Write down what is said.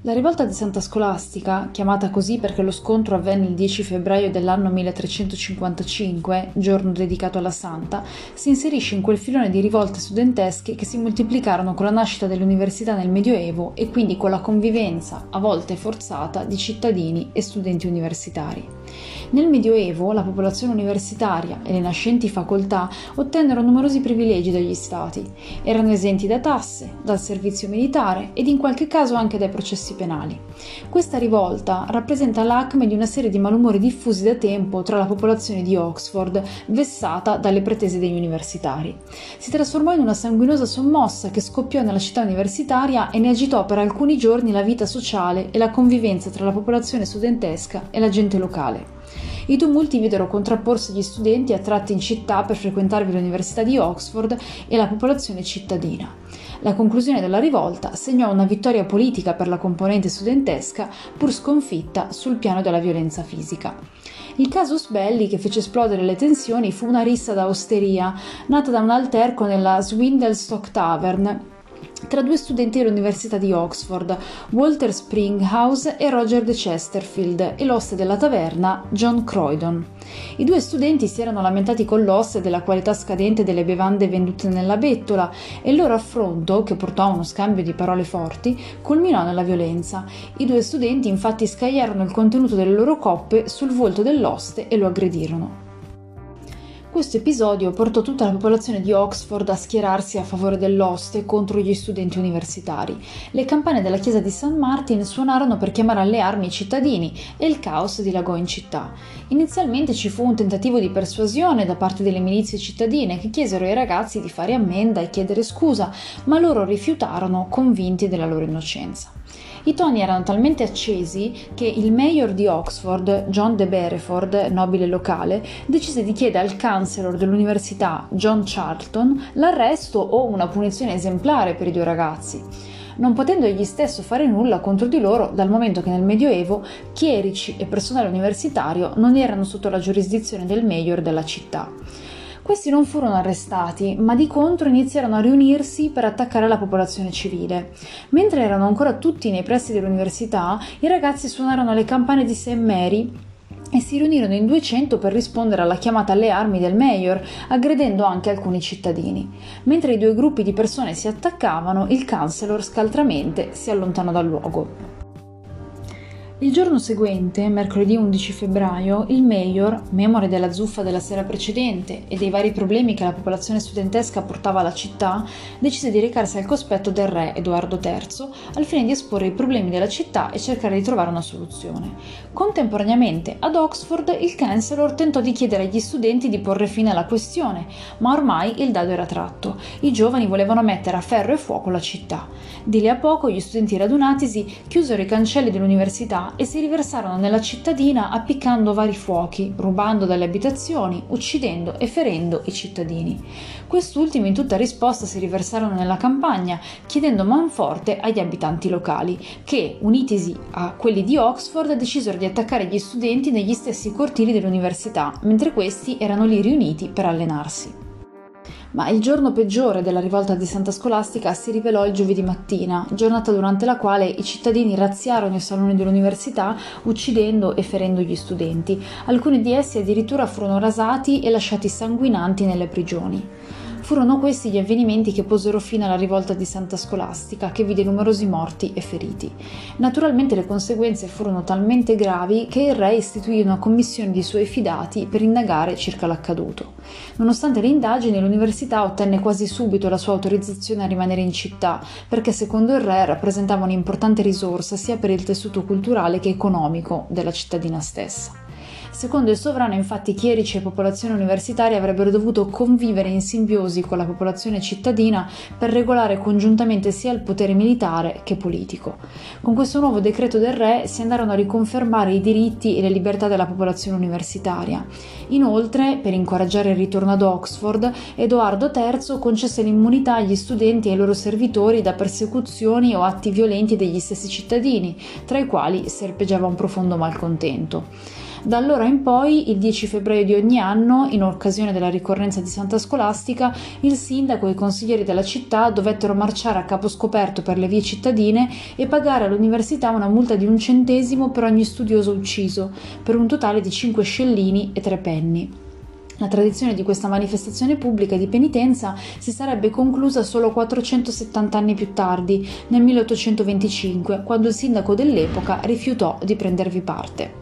La rivolta di Santa Scolastica, chiamata così perché lo scontro avvenne il 10 febbraio dell'anno 1355, giorno dedicato alla santa, si inserisce in quel filone di rivolte studentesche che si moltiplicarono con la nascita dell'università nel Medioevo e quindi con la convivenza, a volte forzata, di cittadini e studenti universitari. Nel Medioevo la popolazione universitaria e le nascenti facoltà ottennero numerosi privilegi dagli stati. Erano esenti da tasse, dal servizio militare ed in qualche caso anche dai processi penali. Questa rivolta rappresenta l'acme di una serie di malumori diffusi da tempo tra la popolazione di Oxford, vessata dalle pretese degli universitari. Si trasformò in una sanguinosa sommossa che scoppiò nella città universitaria e ne agitò per alcuni giorni la vita sociale e la convivenza tra la popolazione studentesca e la gente locale. I tumulti videro contrapporsi gli studenti attratti in città per frequentarvi l'Università di Oxford e la popolazione cittadina. La conclusione della rivolta segnò una vittoria politica per la componente studentesca, pur sconfitta sul piano della violenza fisica. Il casus belli che fece esplodere le tensioni fu una rissa da osteria, nata da un alterco nella Swindlestock Tavern, tra due studenti dell'Università di Oxford, Walter Springhouse e Roger de Chesterfield, e l'oste della taverna, John Croydon. I due studenti si erano lamentati con l'oste della qualità scadente delle bevande vendute nella bettola e il loro affronto, che portò a uno scambio di parole forti, culminò nella violenza. I due studenti infatti scagliarono il contenuto delle loro coppe sul volto dell'oste e lo aggredirono. Questo episodio portò tutta la popolazione di Oxford a schierarsi a favore dell'oste contro gli studenti universitari. Le campane della chiesa di St. Martin suonarono per chiamare alle armi i cittadini e il caos dilagò in città. Inizialmente ci fu un tentativo di persuasione da parte delle milizie cittadine che chiesero ai ragazzi di fare ammenda e chiedere scusa, ma loro rifiutarono, convinti della loro innocenza. I toni erano talmente accesi che il mayor di Oxford, John de Bereford, nobile locale, decise di chiedere al chancellor dell'università, John Charlton, l'arresto o una punizione esemplare per i due ragazzi, non potendo egli stesso fare nulla contro di loro dal momento che nel Medioevo chierici e personale universitario non erano sotto la giurisdizione del mayor della città. Questi non furono arrestati, ma di contro iniziarono a riunirsi per attaccare la popolazione civile. Mentre erano ancora tutti nei pressi dell'università, i ragazzi suonarono le campane di St. Mary e si riunirono in 200 per rispondere alla chiamata alle armi del mayor, aggredendo anche alcuni cittadini. Mentre i due gruppi di persone si attaccavano, il chancellor scaltramente si allontanò dal luogo. Il giorno seguente, mercoledì 11 febbraio, il mayor, memore della zuffa della sera precedente e dei vari problemi che la popolazione studentesca portava alla città, decise di recarsi al cospetto del re Edoardo III al fine di esporre i problemi della città e cercare di trovare una soluzione. Contemporaneamente, ad Oxford, il chancellor tentò di chiedere agli studenti di porre fine alla questione, ma ormai il dado era tratto. I giovani volevano mettere a ferro e fuoco la città. Di lì a poco gli studenti radunatisi chiusero i cancelli dell'università e si riversarono nella cittadina appiccando vari fuochi, rubando dalle abitazioni, uccidendo e ferendo i cittadini. Quest'ultimi in tutta risposta si riversarono nella campagna, chiedendo manforte agli abitanti locali, che, unitisi a quelli di Oxford, decisero di attaccare gli studenti negli stessi cortili dell'università, mentre questi erano lì riuniti per allenarsi. Ma il giorno peggiore della rivolta di Santa Scolastica si rivelò il giovedì mattina, giornata durante la quale i cittadini razziarono i saloni dell'università, uccidendo e ferendo gli studenti. Alcuni di essi addirittura furono rasati e lasciati sanguinanti nelle prigioni. Furono questi gli avvenimenti che posero fine alla rivolta di Santa Scolastica, che vide numerosi morti e feriti. Naturalmente le conseguenze furono talmente gravi che il re istituì una commissione di suoi fidati per indagare circa l'accaduto. Nonostante le indagini, l'università ottenne quasi subito la sua autorizzazione a rimanere in città, perché secondo il re rappresentava un'importante risorsa sia per il tessuto culturale che economico della cittadina stessa. Secondo il sovrano, infatti, chierici e popolazione universitaria avrebbero dovuto convivere in simbiosi con la popolazione cittadina per regolare congiuntamente sia il potere militare che politico. Con questo nuovo decreto del re si andarono a riconfermare i diritti e le libertà della popolazione universitaria. Inoltre, per incoraggiare il ritorno ad Oxford, Edoardo III concesse l'immunità agli studenti e ai loro servitori da persecuzioni o atti violenti degli stessi cittadini, tra i quali serpeggiava un profondo malcontento. Da allora in poi, il 10 febbraio di ogni anno, in occasione della ricorrenza di Santa Scolastica, il sindaco e i consiglieri della città dovettero marciare a capo scoperto per le vie cittadine e pagare all'università una multa di 1 centesimo per ogni studioso ucciso, per un totale di 5 scellini e 3 penny. La tradizione di questa manifestazione pubblica di penitenza si sarebbe conclusa solo 470 anni più tardi, nel 1825, quando il sindaco dell'epoca rifiutò di prendervi parte.